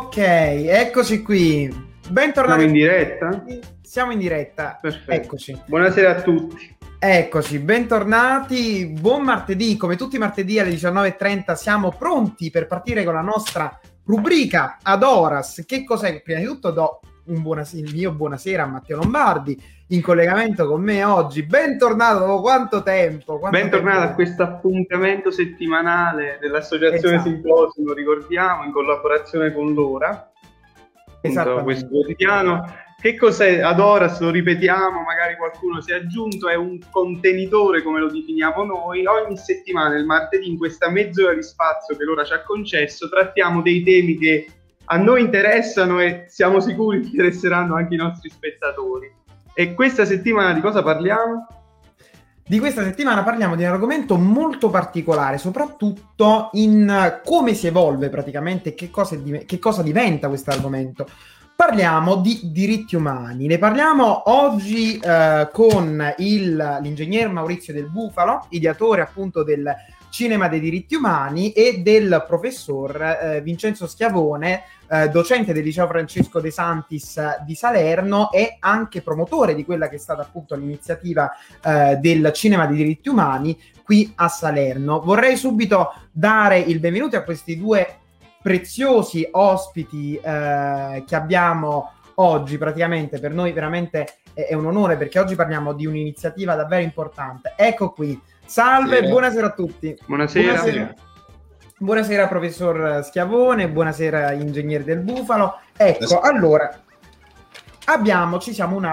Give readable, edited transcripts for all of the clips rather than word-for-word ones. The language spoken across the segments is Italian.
Ok, eccoci qui. Bentornati. Siamo in diretta? Siamo in diretta. Perfetto. Eccoci. Buonasera a tutti. Eccoci, bentornati. Buon martedì. Come tutti i martedì alle 19:30 siamo pronti per partire con la nostra rubrica Ad Horas. Che cos'è? Prima di tutto do il mio buonasera a Matteo Lombardi, in collegamento con me oggi. Bentornato dopo quanto tempo? Bentornato a questo appuntamento settimanale dell'Associazione Simposium, ricordiamo, in collaborazione con l'Ora. Questo quotidiano. Che cos'è Ad Horas? Lo ripetiamo, magari qualcuno si è aggiunto, è un contenitore, come lo definiamo noi. Ogni settimana, il martedì, in questa mezz'ora di spazio che l'Ora ci ha concesso, trattiamo dei temi che a noi interessano e siamo sicuri che interesseranno anche i nostri spettatori. E questa settimana di cosa parliamo? Di questa settimana parliamo di un argomento molto particolare, soprattutto in come si evolve praticamente, che cosa diventa questo argomento. Parliamo di diritti umani, ne parliamo oggi con l'ingegner Maurizio Del Bufalo, ideatore appunto del Cinema dei diritti umani, e del professor Vincenzo Schiavone, docente del liceo Francesco De Santis di Salerno e anche promotore di quella che è stata appunto l'iniziativa del Cinema dei diritti umani qui a Salerno. Vorrei subito dare il benvenuto a questi due preziosi ospiti che abbiamo oggi. Praticamente per noi veramente è un onore, perché oggi parliamo di un'iniziativa davvero importante. Ecco qui. Salve, buonasera a tutti. Buonasera. Buonasera professor Schiavone, buonasera ingegner Del Bufalo. Ecco, allora abbiamo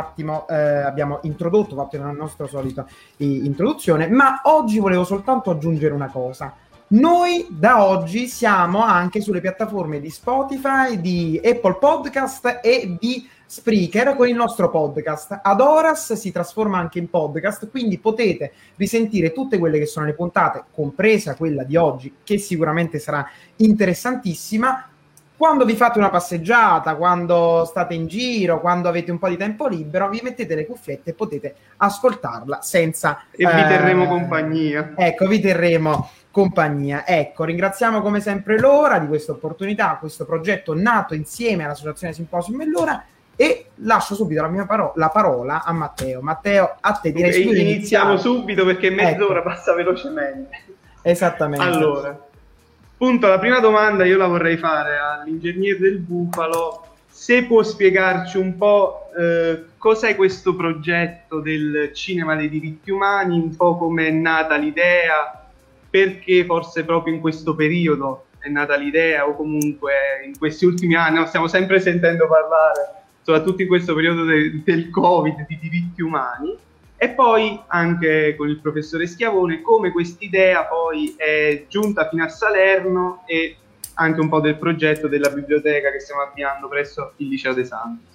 introdotto, fatto la nostra solita introduzione, ma oggi volevo soltanto aggiungere una cosa. Noi da oggi siamo anche sulle piattaforme di Spotify, di Apple Podcast e di Spreaker con il nostro podcast. Ad Horas si trasforma anche in podcast, quindi potete risentire tutte quelle che sono le puntate, compresa quella di oggi, che sicuramente sarà interessantissima, quando vi fate una passeggiata, quando state in giro, quando avete un po' di tempo libero, vi mettete le cuffiette e potete ascoltarla senza... E vi terremo compagnia. Ecco, vi terremo compagnia. Ecco, ringraziamo come sempre l'Ora di questa opportunità, questo progetto nato insieme all'Associazione Simposium e l'Ora, e lascio subito la parola a Matteo. Matteo, a te direi subito. Iniziamo subito perché mezz'ora passa velocemente. Esattamente. Allora, appunto, la prima domanda io la vorrei fare all'ingegner Del Bufalo, se può spiegarci un po' cos'è questo progetto del Cinema dei diritti umani, un po' come è nata l'idea, perché forse proprio in questo periodo è nata l'idea, o comunque in questi ultimi anni, stiamo sempre sentendo parlare, soprattutto in questo periodo del Covid, di diritti umani, e poi anche con il professore Schiavone come quest'idea poi è giunta fino a Salerno, e anche un po' del progetto della biblioteca che stiamo avviando presso il liceo De Santis.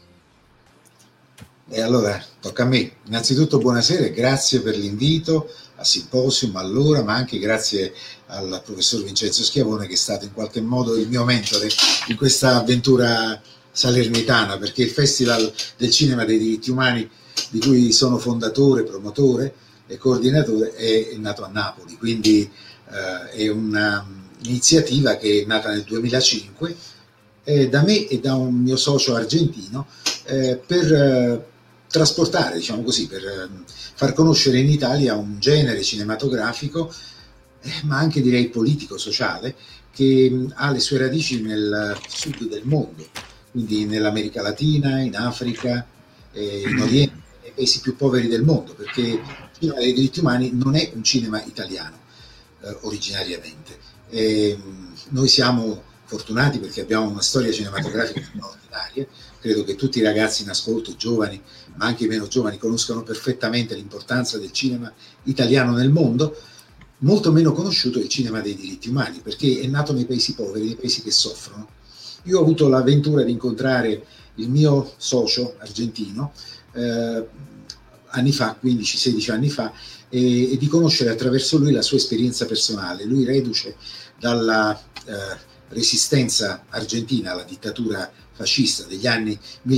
E allora tocca a me. Innanzitutto buonasera e grazie per l'invito a Simposium, all'Ora, ma anche grazie al professor Vincenzo Schiavone, che è stato in qualche modo il mio mentore in questa avventura salernitana, perché il Festival del Cinema dei diritti umani, di cui sono fondatore, promotore e coordinatore, è nato a Napoli, quindi è un'iniziativa che è nata nel 2005 da me e da un mio socio argentino per trasportare, diciamo così, per far conoscere in Italia un genere cinematografico, ma anche direi politico-sociale, che ha le sue radici nel sud del mondo, quindi nell'America Latina, in Africa, in Oriente, nei paesi più poveri del mondo, perché il cinema dei diritti umani non è un cinema italiano originariamente. Noi siamo fortunati perché abbiamo una storia cinematografica straordinaria. Credo che tutti i ragazzi in ascolto, giovani ma anche i meno giovani, conoscano perfettamente l'importanza del cinema italiano nel mondo. Molto meno conosciuto è il cinema dei diritti umani, perché è nato nei paesi poveri, nei paesi che soffrono. Io ho avuto l'avventura di incontrare il mio socio argentino anni fa, 15-16 anni fa, e di conoscere attraverso lui la sua esperienza personale. Lui, reduce dalla resistenza argentina alla dittatura fascista degli anni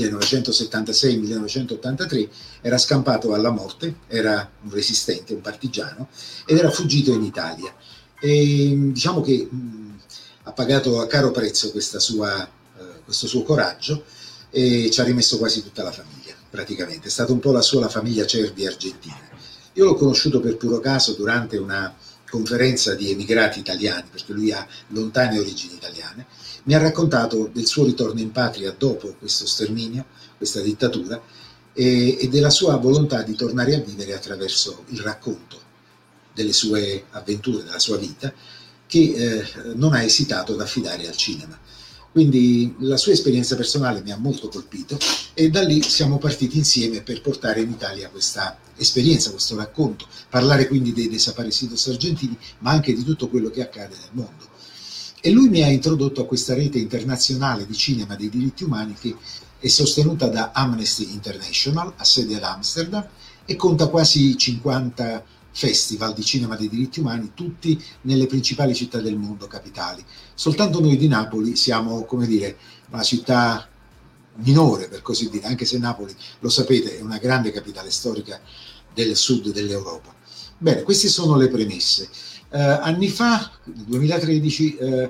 1976-1983, era scampato alla morte, era un resistente, un partigiano, ed era fuggito in Italia. E diciamo che ha pagato a caro prezzo questa sua questo suo coraggio, e ci ha rimesso quasi tutta la famiglia, praticamente. È stata un po' la famiglia Cervi argentina. Io l'ho conosciuto per puro caso durante una conferenza di emigrati italiani, perché lui ha lontane origini italiane. Mi ha raccontato del suo ritorno in patria dopo questo sterminio, questa dittatura, e della sua volontà di tornare a vivere attraverso il racconto delle sue avventure, della sua vita, che non ha esitato ad affidare al cinema. Quindi la sua esperienza personale mi ha molto colpito, e da lì siamo partiti insieme per portare in Italia questa esperienza, questo racconto, parlare quindi dei desaparecidos argentini, ma anche di tutto quello che accade nel mondo. E lui mi ha introdotto a questa rete internazionale di cinema dei diritti umani, che è sostenuta da Amnesty International, ha sede ad Amsterdam, e conta quasi 50 festival di cinema dei diritti umani, tutti nelle principali città del mondo, capitali. Soltanto noi di Napoli siamo, come dire, una città minore, per così dire, anche se Napoli, lo sapete, è una grande capitale storica del sud dell'Europa. Bene, queste sono le premesse. Anni fa, nel 2013, un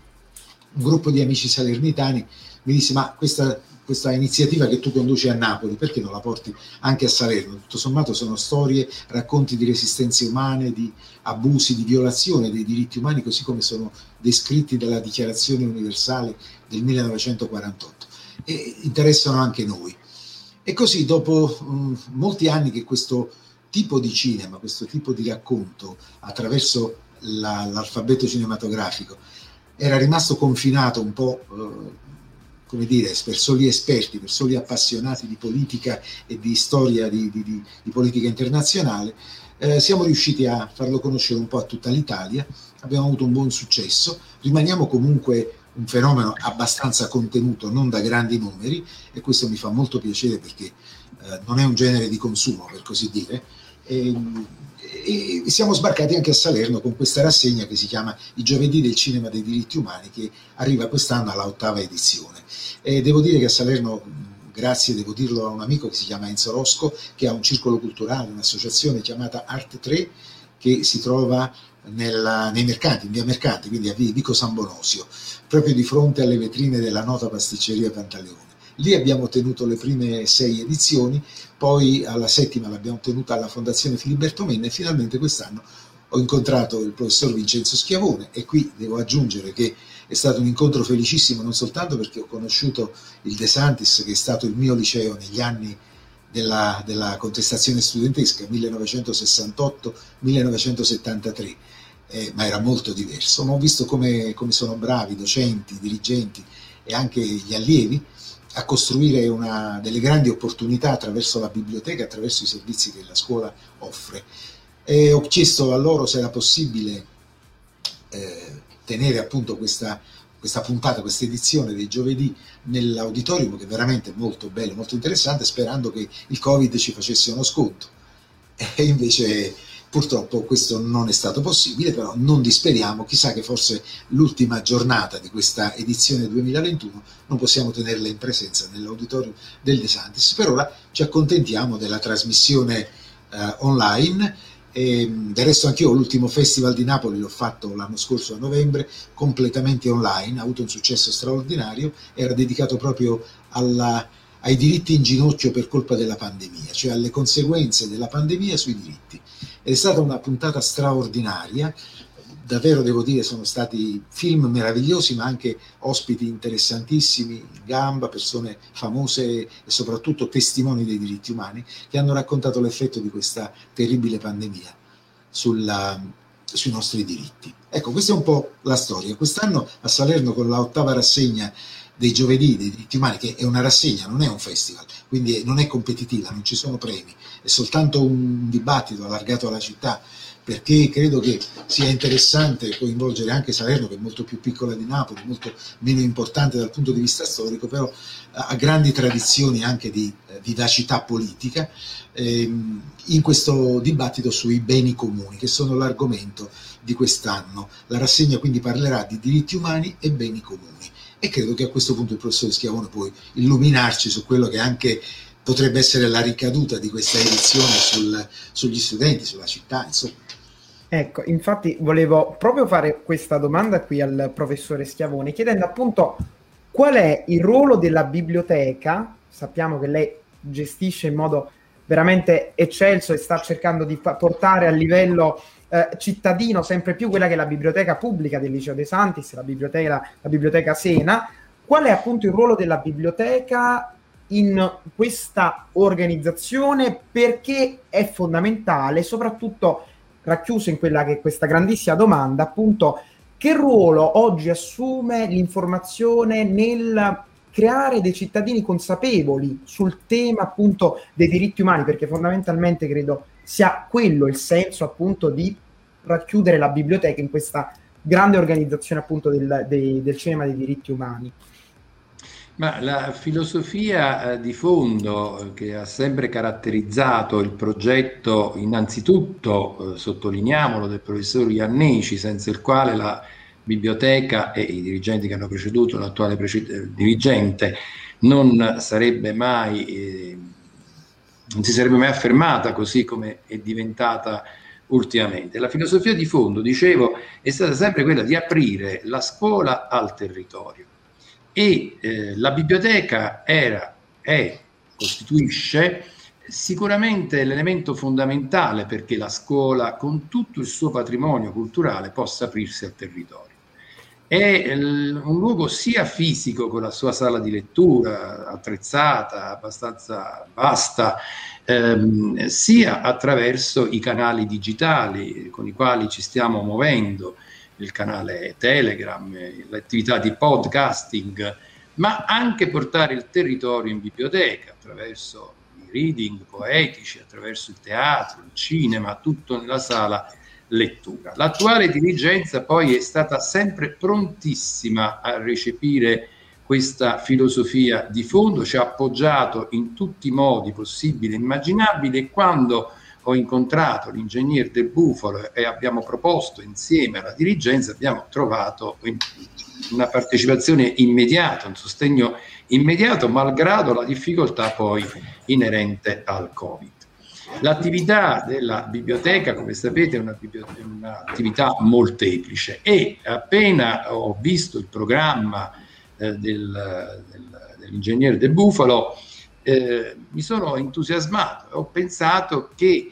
gruppo di amici salernitani mi disse: ma questa iniziativa che tu conduci a Napoli, perché non la porti anche a Salerno? Tutto sommato sono storie, racconti di resistenze umane, di abusi, di violazione dei diritti umani, così come sono descritti dalla Dichiarazione Universale del 1948, e interessano anche noi. E così, dopo molti anni che questo tipo di cinema, questo tipo di racconto attraverso l'alfabeto cinematografico era rimasto confinato un po', come dire, per soli esperti, per soli appassionati di politica e di storia di politica internazionale, siamo riusciti a farlo conoscere un po' a tutta l'Italia, abbiamo avuto un buon successo, rimaniamo comunque un fenomeno abbastanza contenuto, non da grandi numeri, e questo mi fa molto piacere, perché non è un genere di consumo, per così dire. E siamo sbarcati anche a Salerno con questa rassegna che si chiama I Giovedì del Cinema dei Diritti Umani, che arriva quest'anno alla 8ª edizione. E devo dire che a Salerno, grazie, devo dirlo, a un amico che si chiama Enzo Rosco, che ha un circolo culturale, un'associazione chiamata Art 3, che si trova nei mercanti, in via Mercanti, quindi a Vico San Bonosio, proprio di fronte alle vetrine della nota pasticceria Pantaleone. Lì abbiamo tenuto le prime 6 edizioni, poi alla 7ª l'abbiamo tenuta alla Fondazione Filiberto Menna, e finalmente quest'anno ho incontrato il professor Vincenzo Schiavone, e qui devo aggiungere che è stato un incontro felicissimo, non soltanto perché ho conosciuto il De Santis, che è stato il mio liceo negli anni della contestazione studentesca, 1968-1973, ma era molto diverso, ma ho visto come sono bravi docenti, dirigenti e anche gli allievi a costruire delle grandi opportunità attraverso la biblioteca, attraverso i servizi che la scuola offre. E ho chiesto a loro se era possibile tenere appunto questa puntata, questa edizione dei giovedì nell'auditorium, che è veramente molto bello, molto interessante, sperando che il Covid ci facesse uno sconto. E invece purtroppo questo non è stato possibile, però non disperiamo, chissà che forse l'ultima giornata di questa edizione 2021 non possiamo tenerla in presenza nell'auditorium del De Santis. Per ora ci accontentiamo della trasmissione online. E del resto anch'io l'ultimo festival di Napoli l'ho fatto l'anno scorso a novembre, completamente online, ha avuto un successo straordinario, era dedicato proprio ai diritti in ginocchio per colpa della pandemia, cioè alle conseguenze della pandemia sui diritti. Ed è stata una puntata straordinaria, davvero devo dire, sono stati film meravigliosi, ma anche ospiti interessantissimi in gamba, persone famose e soprattutto testimoni dei diritti umani, che hanno raccontato l'effetto di questa terribile pandemia sui nostri diritti. Ecco, questa è un po' la storia. Quest'anno a Salerno, con la 8ª rassegna dei giovedì dei diritti umani, che è una rassegna, non è un festival, quindi non è competitiva, non ci sono premi, è soltanto un dibattito allargato alla città, perché credo che sia interessante coinvolgere anche Salerno, che è molto più piccola di Napoli, molto meno importante dal punto di vista storico, però ha grandi tradizioni anche di vivacità politica, in questo dibattito sui beni comuni, che sono l'argomento di quest'anno. La rassegna quindi parlerà di diritti umani e beni comuni, e credo che a questo punto il professore Schiavone può illuminarci su quello che anche potrebbe essere la ricaduta di questa edizione sugli studenti, sulla città, insomma. Ecco, infatti volevo proprio fare questa domanda qui al professore Schiavone, chiedendo appunto qual è il ruolo della biblioteca? Sappiamo che lei gestisce in modo veramente eccelso e sta cercando di portare a livello cittadino sempre più quella che è la biblioteca pubblica del Liceo De Santis, la biblioteca Sena. Qual è appunto il ruolo della biblioteca in questa organizzazione? Perché è fondamentale, soprattutto racchiuso in quella che è questa grandissima domanda, appunto, che ruolo oggi assume l'informazione nel creare dei cittadini consapevoli sul tema appunto dei diritti umani, perché fondamentalmente credo sia quello il senso appunto di racchiudere la biblioteca in questa grande organizzazione appunto del cinema dei diritti umani. Ma la filosofia di fondo che ha sempre caratterizzato il progetto, innanzitutto sottolineiamolo, del professor Ianneci, senza il quale la biblioteca e i dirigenti che hanno preceduto l'attuale dirigente non si sarebbe mai affermata così come è diventata ultimamente. La filosofia di fondo, dicevo, è stata sempre quella di aprire la scuola al territorio, e la biblioteca costituisce sicuramente l'elemento fondamentale perché la scuola, con tutto il suo patrimonio culturale, possa aprirsi al territorio. È un luogo sia fisico, con la sua sala di lettura attrezzata, abbastanza vasta, sia attraverso i canali digitali con i quali ci stiamo muovendo, il canale Telegram, l'attività di podcasting, ma anche portare il territorio in biblioteca attraverso i reading poetici, attraverso il teatro, il cinema, tutto nella sala lettura. L'attuale dirigenza poi è stata sempre prontissima a recepire questa filosofia di fondo, ci ha appoggiato in tutti i modi possibili e immaginabili, e quando ho incontrato l'ingegner Del Bufalo e abbiamo proposto insieme alla dirigenza, abbiamo trovato una partecipazione immediata, un sostegno immediato, malgrado la difficoltà poi inerente al Covid. L'attività della biblioteca, come sapete, è un'attività molteplice, e appena ho visto il programma dell'ingegner Del Bufalo, mi sono entusiasmato, ho pensato che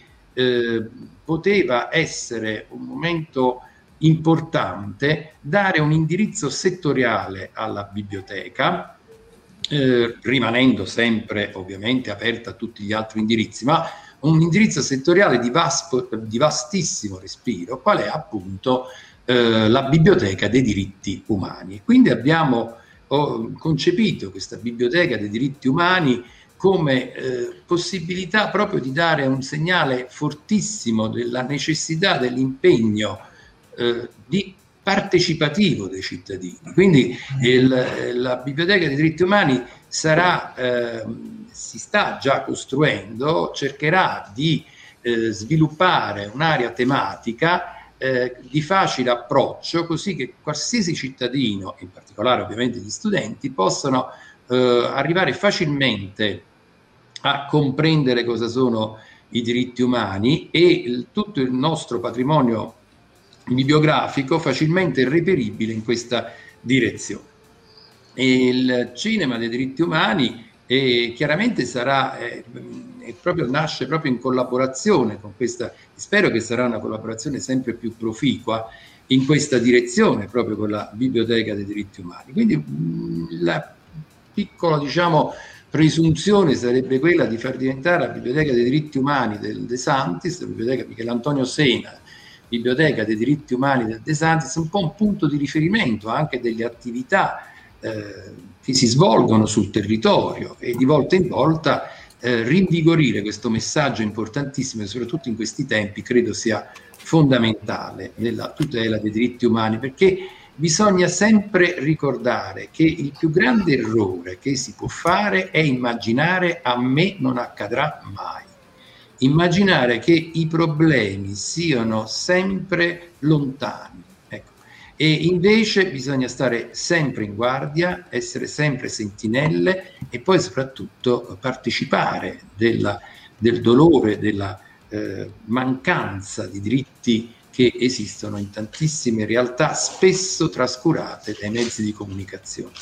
poteva essere un momento importante dare un indirizzo settoriale alla biblioteca, rimanendo sempre ovviamente aperta a tutti gli altri indirizzi, ma un indirizzo settoriale di vastissimo respiro, qual è appunto la biblioteca dei diritti umani. Quindi abbiamo concepito questa biblioteca dei diritti umani come possibilità proprio di dare un segnale fortissimo della necessità dell'impegno di partecipativo dei cittadini. Quindi la biblioteca dei diritti umani si sta già costruendo, cercherà di sviluppare un'area tematica di facile approccio, così che qualsiasi cittadino, in particolare ovviamente gli studenti, possano arrivare facilmente a comprendere cosa sono i diritti umani e tutto il nostro patrimonio bibliografico facilmente reperibile in questa direzione. E il cinema dei diritti umani chiaramente nasce proprio in collaborazione con questa, spero che sarà una collaborazione sempre più proficua in questa direzione, proprio con la biblioteca dei diritti umani. Quindi la piccola, presunzione sarebbe quella di far diventare la biblioteca dei diritti umani del De Santis, la biblioteca Michelangelo Sena, biblioteca dei diritti umani del De Santis, un po' un punto di riferimento anche delle attività che si svolgono sul territorio, e di volta in volta rinvigorire questo messaggio importantissimo, e soprattutto in questi tempi credo sia fondamentale, nella tutela dei diritti umani, perché bisogna sempre ricordare che il più grande errore che si può fare è immaginare "a me non accadrà mai", immaginare che i problemi siano sempre lontani. Ecco. E invece bisogna stare sempre in guardia, essere sempre sentinelle, e poi soprattutto partecipare del dolore, della mancanza di diritti che esistono in tantissime realtà, spesso trascurate dai mezzi di comunicazione.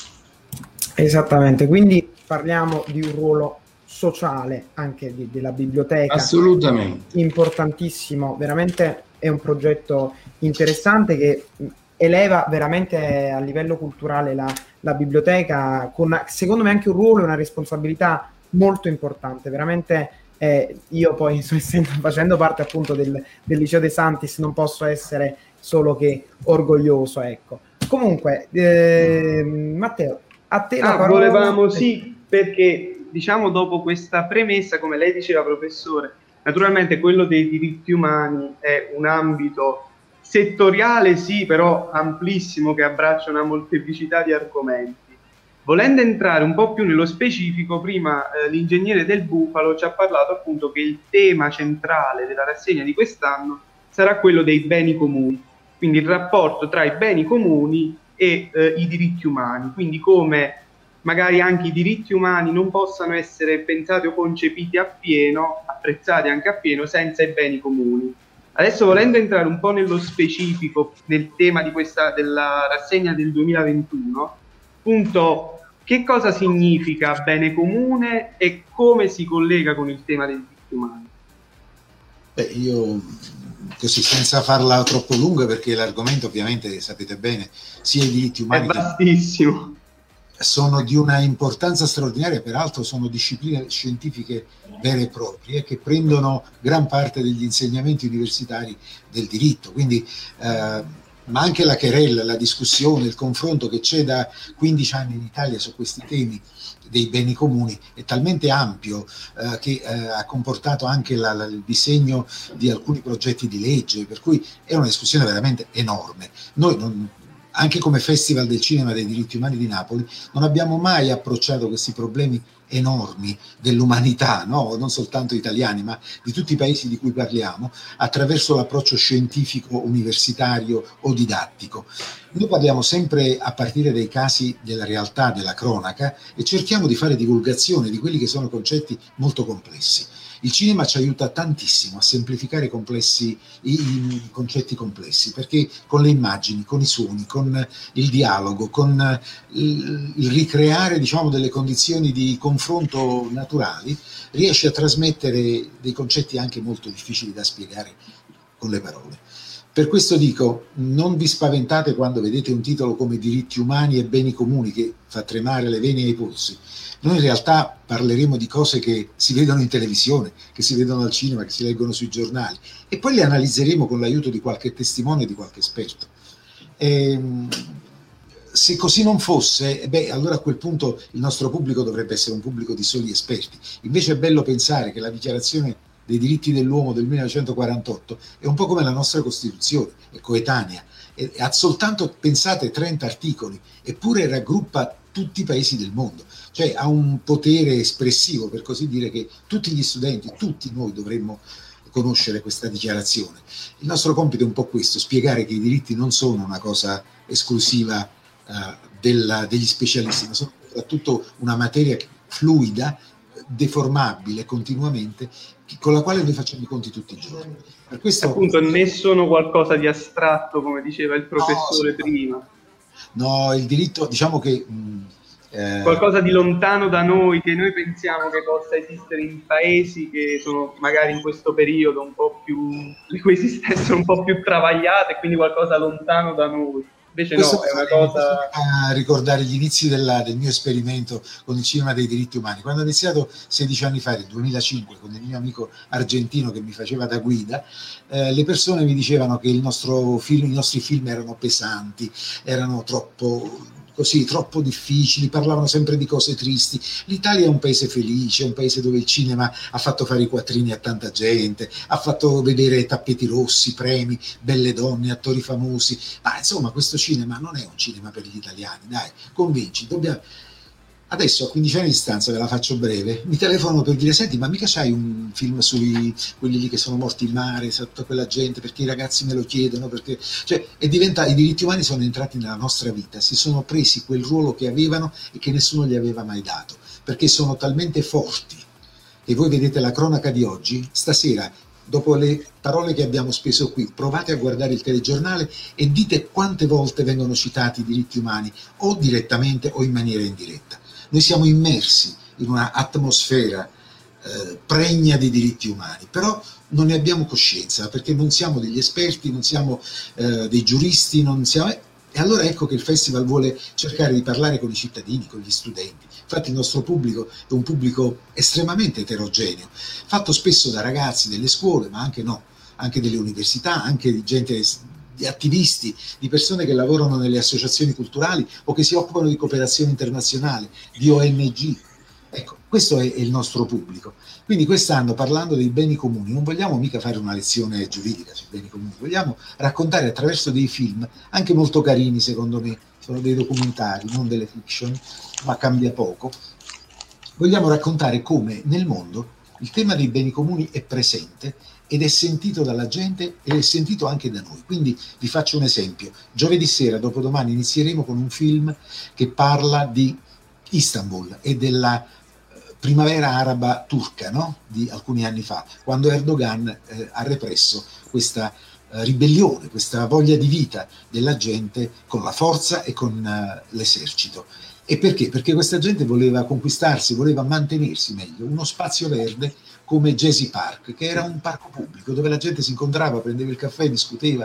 Esattamente, quindi parliamo di un ruolo sociale anche della biblioteca. Assolutamente. Importantissimo, veramente è un progetto interessante che eleva veramente a livello culturale la biblioteca, con secondo me anche un ruolo e una responsabilità molto importante, veramente. Io poi facendo parte appunto del liceo De Santis non posso essere solo che orgoglioso, ecco. Comunque, Matteo, a te la parola. Volevamo, sì, perché diciamo dopo questa premessa, come lei diceva professore, naturalmente quello dei diritti umani è un ambito settoriale, sì, però amplissimo, che abbraccia una molteplicità di argomenti. Volendo entrare un po' più nello specifico, prima l'ingegnere del Bufalo ci ha parlato appunto che il tema centrale della rassegna di quest'anno sarà quello dei beni comuni, quindi il rapporto tra i beni comuni e i diritti umani, quindi come magari anche i diritti umani non possano essere pensati o concepiti appieno, apprezzati anche appieno, senza i beni comuni. Adesso, volendo entrare un po' nello specifico nel tema della rassegna del 2021, appunto, che cosa significa bene comune e come si collega con il tema dei diritti umani? Io così, senza farla troppo lunga, perché l'argomento ovviamente sapete bene, sia i diritti umani è vastissimo, sono di una importanza straordinaria, peraltro sono discipline scientifiche vere e proprie che prendono gran parte degli insegnamenti universitari del diritto, quindi ma anche la querella, la discussione, il confronto che c'è da 15 anni in Italia su questi temi dei beni comuni è talmente ampio che ha comportato anche il disegno di alcuni progetti di legge, per cui è una discussione veramente enorme. Noi anche come Festival del Cinema dei Diritti Umani di Napoli non abbiamo mai approcciato questi problemi enormi dell'umanità, no? Non soltanto italiani, ma di tutti i paesi di cui parliamo, attraverso l'approccio scientifico, universitario o didattico. Noi parliamo sempre a partire dai casi della realtà, della cronaca, e cerchiamo di fare divulgazione di quelli che sono concetti molto complessi. Il cinema ci aiuta tantissimo a semplificare i concetti complessi, perché con le immagini, con i suoni, con il dialogo, con il ricreare, diciamo, delle condizioni di confronto naturali, riesce a trasmettere dei concetti anche molto difficili da spiegare con le parole. Per questo dico, non vi spaventate quando vedete un titolo come diritti umani e beni comuni che fa tremare le vene ai polsi. Noi in realtà parleremo di cose che si vedono in televisione, che si vedono al cinema, che si leggono sui giornali, e poi le analizzeremo con l'aiuto di qualche testimone, di qualche esperto. Se così non fosse, allora a quel punto il nostro pubblico dovrebbe essere un pubblico di soli esperti. Invece è bello pensare che la Dichiarazione dei diritti dell'uomo del 1948 è un po' come la nostra Costituzione, è coetanea, ha soltanto, pensate, 30 articoli, eppure raggruppa tutti i paesi del mondo, cioè ha un potere espressivo, per così dire, che tutti gli studenti, tutti noi dovremmo conoscere questa dichiarazione. Il nostro compito è un po' questo, spiegare che i diritti non sono una cosa esclusiva degli specialisti, ma sono soprattutto una materia fluida, deformabile continuamente, con la quale noi facciamo i conti tutti i giorni. Per questo, appunto, ne sono qualcosa di astratto, come diceva il professore prima. No, il diritto, diciamo che qualcosa di lontano da noi, che noi pensiamo che possa esistere in paesi che sono magari in questo periodo un po' più, le cui esistenze un po' più travagliate, quindi qualcosa lontano da noi. Invece questo no, è una cosa... A ricordare gli inizi del mio esperimento con il cinema dei diritti umani. Quando ho iniziato 16 anni fa, nel 2005, con il mio amico argentino che mi faceva da guida, le persone mi dicevano che i nostri film erano pesanti, erano troppo difficili, parlavano sempre di cose tristi. L'Italia è un paese felice, è un paese dove il cinema ha fatto fare i quattrini a tanta gente, ha fatto vedere tappeti rossi, premi, belle donne, attori famosi, ma insomma questo cinema non è un cinema per gli italiani, dai, convinci, Adesso a 15 anni di distanza, ve la faccio breve, mi telefono per dire: senti, ma mica c'hai un film sui quelli lì che sono morti in mare, sotto quella gente, perché i ragazzi me lo chiedono, perché i diritti umani sono entrati nella nostra vita, si sono presi quel ruolo che avevano e che nessuno gli aveva mai dato, perché sono talmente forti che voi vedete la cronaca di oggi, stasera dopo le parole che abbiamo speso qui, provate a guardare il telegiornale e dite quante volte vengono citati i diritti umani, o direttamente o in maniera indiretta. Noi siamo immersi in una atmosfera pregna di diritti umani, però non ne abbiamo coscienza, perché non siamo degli esperti, non siamo dei giuristi, non siamo... E allora ecco che il festival vuole cercare di parlare con i cittadini, con gli studenti. Infatti il nostro pubblico è un pubblico estremamente eterogeneo, fatto spesso da ragazzi delle scuole, ma anche no, anche delle università, anche di gente, di attivisti, di persone che lavorano nelle associazioni culturali o che si occupano di cooperazione internazionale, di ONG. Ecco, questo è il nostro pubblico. Quindi quest'anno, parlando dei beni comuni, non vogliamo mica fare una lezione giuridica sui beni comuni, vogliamo raccontare attraverso dei film, anche molto carini secondo me, sono dei documentari, non delle fiction, ma cambia poco. Vogliamo raccontare come nel mondo il tema dei beni comuni è presente ed è sentito dalla gente ed è sentito anche da noi. Quindi vi faccio un esempio. Giovedì sera, dopodomani, inizieremo con un film che parla di Istanbul e della primavera araba turca, no? Di alcuni anni fa, quando Erdogan ha represso questa ribellione, questa voglia di vita della gente con la forza e con l'esercito. E perché? Perché questa gente voleva conquistarsi, voleva mantenersi meglio uno spazio verde come Gezi Park, che era un parco pubblico dove la gente si incontrava, prendeva il caffè, discuteva,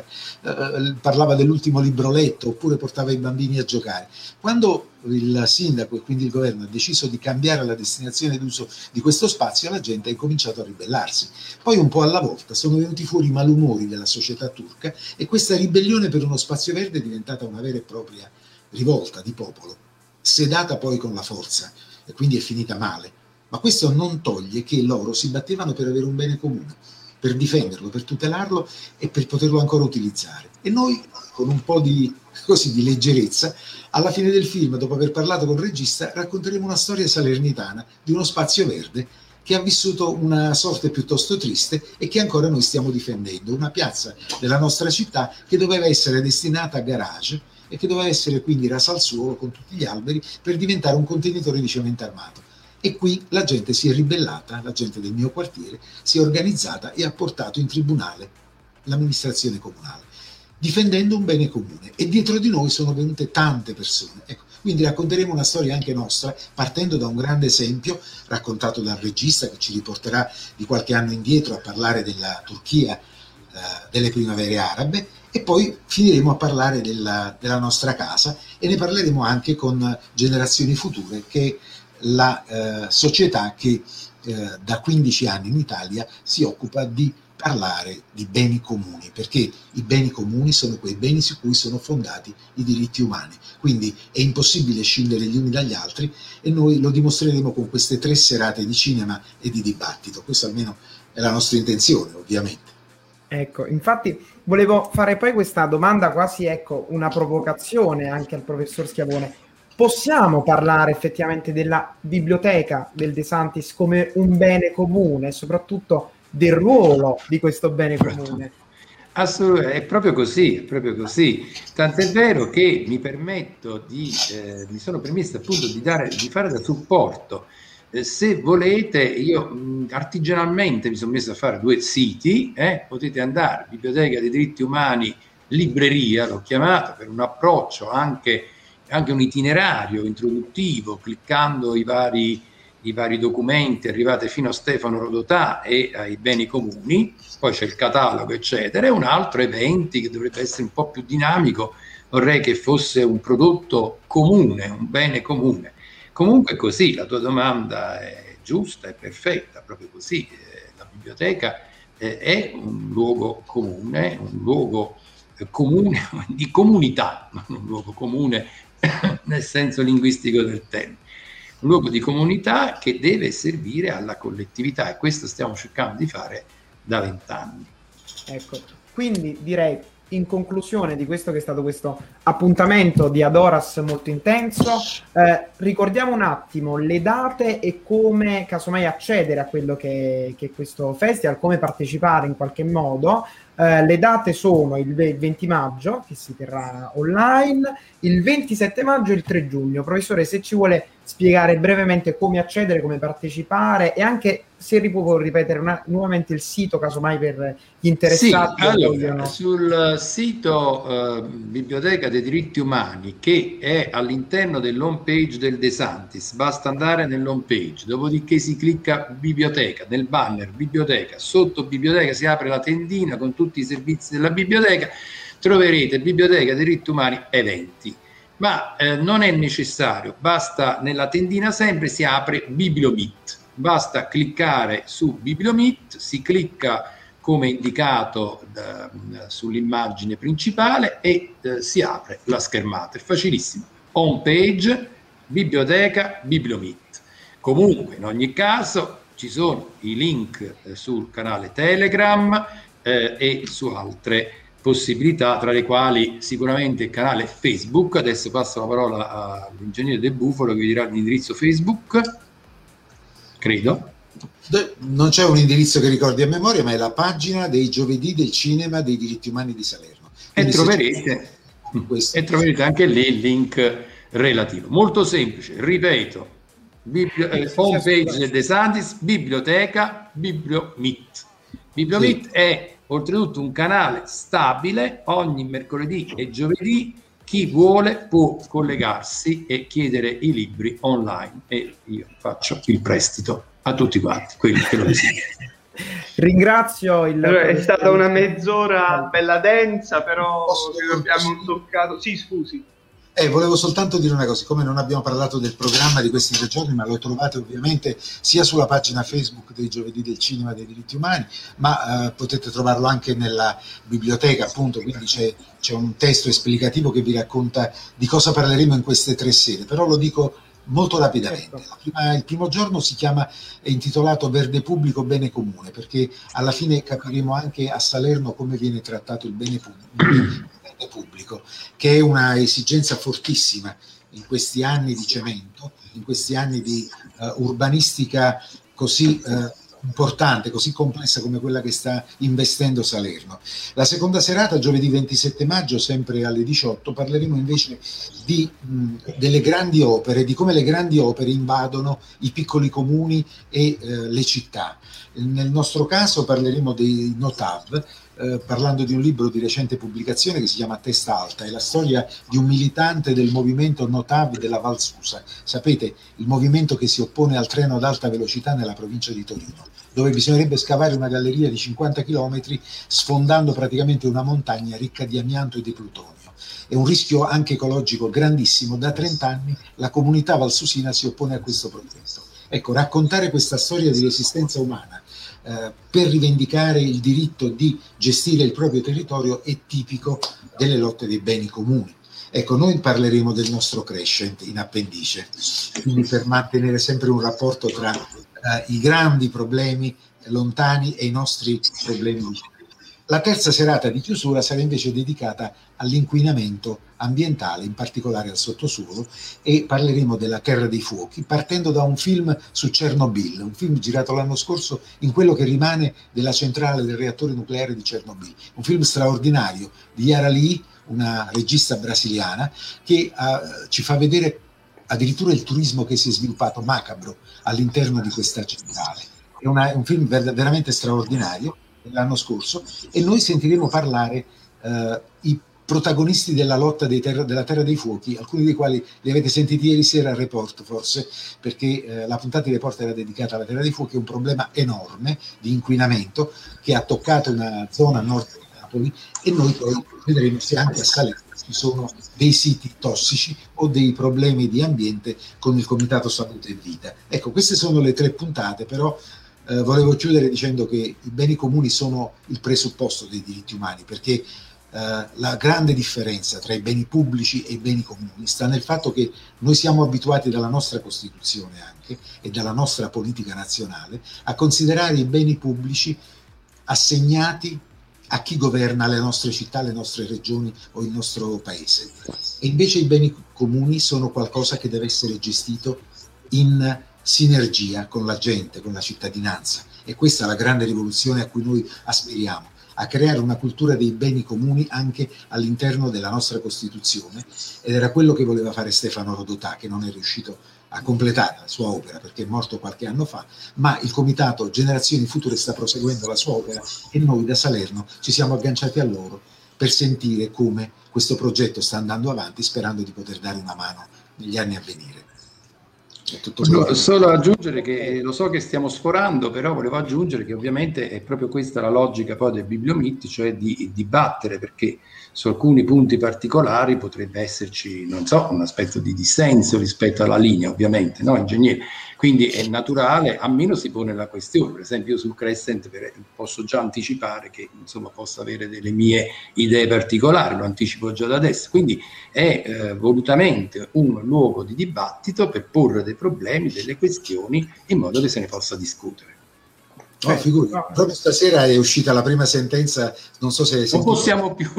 parlava dell'ultimo libro letto oppure portava i bambini a giocare. Quando il sindaco e quindi il governo ha deciso di cambiare la destinazione d'uso di questo spazio, la gente ha incominciato a ribellarsi. Poi un po' alla volta sono venuti fuori i malumori della società turca e questa ribellione per uno spazio verde è diventata una vera e propria rivolta di popolo, sedata poi con la forza, e quindi è finita male. Ma questo non toglie che loro si battevano per avere un bene comune, per difenderlo, per tutelarlo e per poterlo ancora utilizzare. E noi, con un po' di leggerezza, alla fine del film, dopo aver parlato con il regista, racconteremo una storia salernitana di uno spazio verde che ha vissuto una sorte piuttosto triste e che ancora noi stiamo difendendo. Una piazza della nostra città che doveva essere destinata a garage e che doveva essere quindi rasa al suolo con tutti gli alberi per diventare un contenitore di cemento armato. E qui la gente si è ribellata, la gente del mio quartiere si è organizzata e ha portato in tribunale l'amministrazione comunale, difendendo un bene comune. E dietro di noi sono venute tante persone. Ecco, quindi racconteremo una storia anche nostra, partendo da un grande esempio raccontato dal regista che ci riporterà di qualche anno indietro a parlare della Turchia, delle primavere arabe, e poi finiremo a parlare della nostra casa e ne parleremo anche con Generazioni Future, che la società che da 15 anni in Italia si occupa di parlare di beni comuni, perché i beni comuni sono quei beni su cui sono fondati i diritti umani, quindi è impossibile scindere gli uni dagli altri e noi lo dimostreremo con queste 3 serate di cinema e di dibattito. Questo almeno è la nostra intenzione, ovviamente. Ecco, infatti volevo fare poi questa domanda quasi, ecco, una provocazione anche al professor Schiavone. Possiamo parlare effettivamente della biblioteca del De Santis come un bene comune e soprattutto del ruolo di questo bene comune? Assolutamente, è proprio così, è proprio così. Tant'è vero che mi sono permesso appunto di fare da supporto. Se volete, io artigianalmente mi sono messo a fare 2 siti, potete andare, Biblioteca dei Diritti Umani, Libreria, l'ho chiamato, per un approccio anche un itinerario introduttivo, cliccando i vari documenti, arrivate fino a Stefano Rodotà e ai beni comuni, poi c'è il catalogo eccetera, e un altro eventi che dovrebbe essere un po' più dinamico, vorrei che fosse un prodotto comune, un bene comune. Comunque così, la tua domanda è giusta, è perfetta, proprio così, la biblioteca è un luogo comune di comunità, non un luogo comune nel senso linguistico del termine, un luogo di comunità che deve servire alla collettività, e questo stiamo cercando di fare da 20 anni. Ecco, quindi direi, in conclusione di questo che è stato questo appuntamento di Adoras molto intenso, ricordiamo un attimo le date e come casomai accedere a quello che è questo festival, come partecipare in qualche modo. Le date sono il 20 maggio, che si terrà online, il 27 maggio e il 3 giugno. Professore, se ci vuole spiegare brevemente come accedere, come partecipare e anche se può ripetere nuovamente il sito, casomai per gli interessati. Sì, allora, sul sito Biblioteca dei diritti umani, che è all'interno dell'home page del De Santis, basta andare nell'home page, dopodiché si clicca biblioteca, nel banner biblioteca, sotto biblioteca si apre la tendina con tutti i servizi della biblioteca, troverete Biblioteca dei diritti umani eventi. Ma non è necessario, basta nella tendina sempre si apre Bibliomit, basta cliccare su Bibliomit, si clicca come indicato sull'immagine principale e si apre la schermata, è facilissimo, home page, biblioteca, Bibliomit. Comunque in ogni caso ci sono i link sul canale Telegram e su altre possibilità, tra le quali sicuramente il canale Facebook. Adesso passo la parola all'ingegnere Del Bufalo che vi dirà l'indirizzo Facebook, credo. Non c'è un indirizzo che ricordi a memoria, ma è la pagina dei giovedì del cinema dei diritti umani di Salerno. E troverete anche lì il link relativo. Molto semplice, ripeto, home page del De Santis, biblioteca, Bibliomit. Bibliomit è oltretutto un canale stabile, ogni mercoledì e giovedì chi vuole può collegarsi e chiedere i libri online e io faccio il prestito a tutti quanti, quelli che lo desiderano. Ringrazio è stata una mezz'ora bella densa, però abbiamo toccato... Sì, scusi. Volevo soltanto dire una cosa, siccome non abbiamo parlato del programma di questi 3 giorni, ma lo trovate ovviamente sia sulla pagina Facebook dei Giovedì del Cinema dei Diritti Umani, ma potete trovarlo anche nella biblioteca, appunto, quindi c'è un testo esplicativo che vi racconta di cosa parleremo in queste 3 sere, però lo dico molto rapidamente. Il primo giorno è intitolato Verde Pubblico, Bene Comune, perché alla fine capiremo anche a Salerno come viene trattato il bene pubblico, che è una esigenza fortissima in questi anni di cemento, in questi anni di urbanistica così importante, così complessa come quella che sta investendo Salerno. La seconda serata, giovedì 27 maggio, sempre alle 18, parleremo invece delle grandi opere, di come le grandi opere invadono i piccoli comuni e le città. Nel nostro caso parleremo dei Notav, parlando di un libro di recente pubblicazione che si chiama Testa Alta, è la storia di un militante del movimento Notav della Val Susa. Sapete, il movimento che si oppone al treno ad alta velocità nella provincia di Torino, dove bisognerebbe scavare una galleria di 50 chilometri sfondando praticamente una montagna ricca di amianto e di plutonio. È un rischio anche ecologico grandissimo. Da 30 anni la comunità valsusina si oppone a questo progetto. Ecco, raccontare questa storia di resistenza umana per rivendicare il diritto di gestire il proprio territorio è tipico delle lotte dei beni comuni. Ecco, noi parleremo del nostro crescent in appendice, quindi per mantenere sempre un rapporto tra i grandi problemi lontani e i nostri problemi vicini. La terza serata di chiusura sarà invece dedicata all'inquinamento ambientale, in particolare al sottosuolo, e parleremo della Terra dei Fuochi, partendo da un film su Chernobyl, un film girato l'anno scorso in quello che rimane della centrale del reattore nucleare di Chernobyl, un film straordinario di Yara Lee, una regista brasiliana, che ci fa vedere addirittura il turismo che si è sviluppato macabro all'interno di questa centrale. È un film veramente straordinario l'anno scorso, e noi sentiremo parlare i protagonisti della lotta della Terra dei Fuochi, alcuni dei quali li avete sentiti ieri sera al Report, forse, perché la puntata di Report era dedicata alla Terra dei Fuochi, un problema enorme di inquinamento che ha toccato una zona a nord di Napoli, e noi poi vedremo se anche a Salerno ci sono dei siti tossici o dei problemi di ambiente con il Comitato Salute e Vita. Ecco, queste sono le 3 puntate, però volevo chiudere dicendo che i beni comuni sono il presupposto dei diritti umani, perché la grande differenza tra i beni pubblici e i beni comuni sta nel fatto che noi siamo abituati dalla nostra Costituzione anche e dalla nostra politica nazionale a considerare i beni pubblici assegnati a chi governa le nostre città, le nostre regioni o il nostro paese, e invece i beni comuni sono qualcosa che deve essere gestito in sinergia con la gente, con la cittadinanza, e questa è la grande rivoluzione a cui noi aspiriamo, a creare una cultura dei beni comuni anche all'interno della nostra Costituzione, ed era quello che voleva fare Stefano Rodotà, che non è riuscito a completare la sua opera perché è morto qualche anno fa, ma il Comitato Generazioni Future sta proseguendo la sua opera e noi da Salerno ci siamo agganciati a loro per sentire come questo progetto sta andando avanti, sperando di poter dare una mano negli anni a venire. Solo aggiungere che lo so che stiamo sforando, però volevo aggiungere che ovviamente è proprio questa la logica poi del Bibliomeet, cioè di dibattere, perché su alcuni punti particolari potrebbe esserci, non so, un aspetto di dissenso rispetto alla linea, ovviamente, no, ingegnere? Quindi è naturale, a meno si pone la questione. Per esempio io sul Crescent posso già anticipare che insomma posso avere delle mie idee particolari, lo anticipo già da adesso, quindi è volutamente un luogo di dibattito per porre dei problemi, delle questioni, in modo che se ne possa discutere. No, figurati, proprio stasera è uscita la prima sentenza, non so se non possiamo più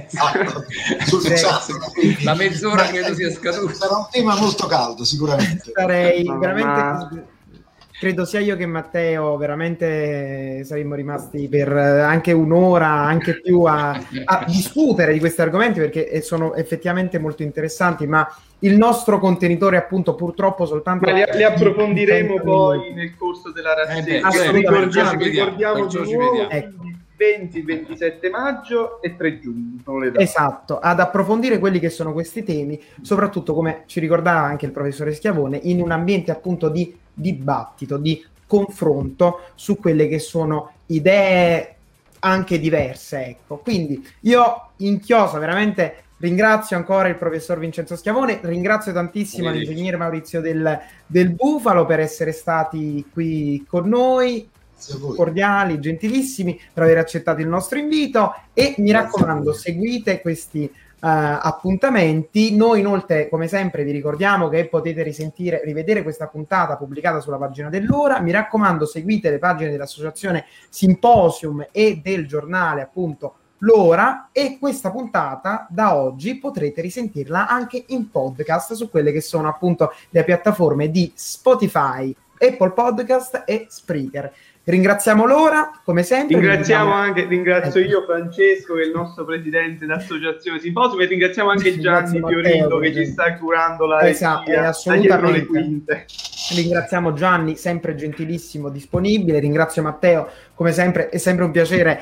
la mezz'ora credo sia scaduta. Sarà un tema molto caldo sicuramente. Sarei veramente, credo sia io che Matteo, veramente saremmo rimasti per anche un'ora, anche più a discutere di questi argomenti, perché sono effettivamente molto interessanti, ma il nostro contenitore appunto purtroppo soltanto... Ma li approfondiremo poi nel corso della rassegna. Ricordiamo di nuovo 20, 27 maggio e 3 giugno. Esatto, ad approfondire quelli che sono questi temi, soprattutto come ci ricordava anche il professore Schiavone, in un ambiente appunto di dibattito, di confronto su quelle che sono idee anche diverse, ecco. Quindi io in chiosa veramente ringrazio ancora il professor Vincenzo Schiavone, ringrazio tantissimo l'ingegnere Maurizio del Bufalo per essere stati qui con noi, cordiali, gentilissimi, per aver accettato il nostro invito, e mi raccomando seguite questi appuntamenti. Noi inoltre come sempre vi ricordiamo che potete rivedere questa puntata pubblicata sulla pagina dell'Ora. Mi raccomando seguite le pagine dell'associazione Symposium e del giornale appunto L'Ora, e questa puntata da oggi potrete risentirla anche in podcast su quelle che sono appunto le piattaforme di Spotify, Apple Podcast e Spreaker. Ringraziamo L'Ora come sempre. Ringrazio io Francesco, che è il nostro presidente d'associazione Symposium, e ringraziamo anche Gianni Fiorito che ci sta curando la regia, assolutamente. Ringraziamo Gianni, sempre gentilissimo, disponibile. Ringrazio Matteo, come sempre è sempre un piacere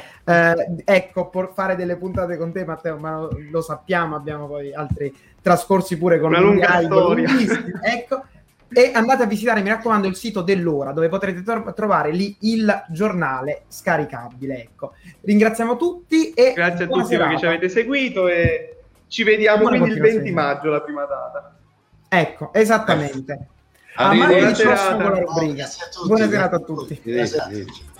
fare delle puntate con te, Matteo, ma lo sappiamo, abbiamo poi altri trascorsi pure con una lunga storia. Ecco. E andate a visitare, mi raccomando, il sito dell'Ora, dove potrete trovare lì il giornale scaricabile. Ecco. Ringraziamo tutti e grazie a tutti voi che ci avete seguito, e ci vediamo quindi il 20 maggio, la prima data. Ecco, esattamente. Buona serata a tutti. Buona serata a tutti.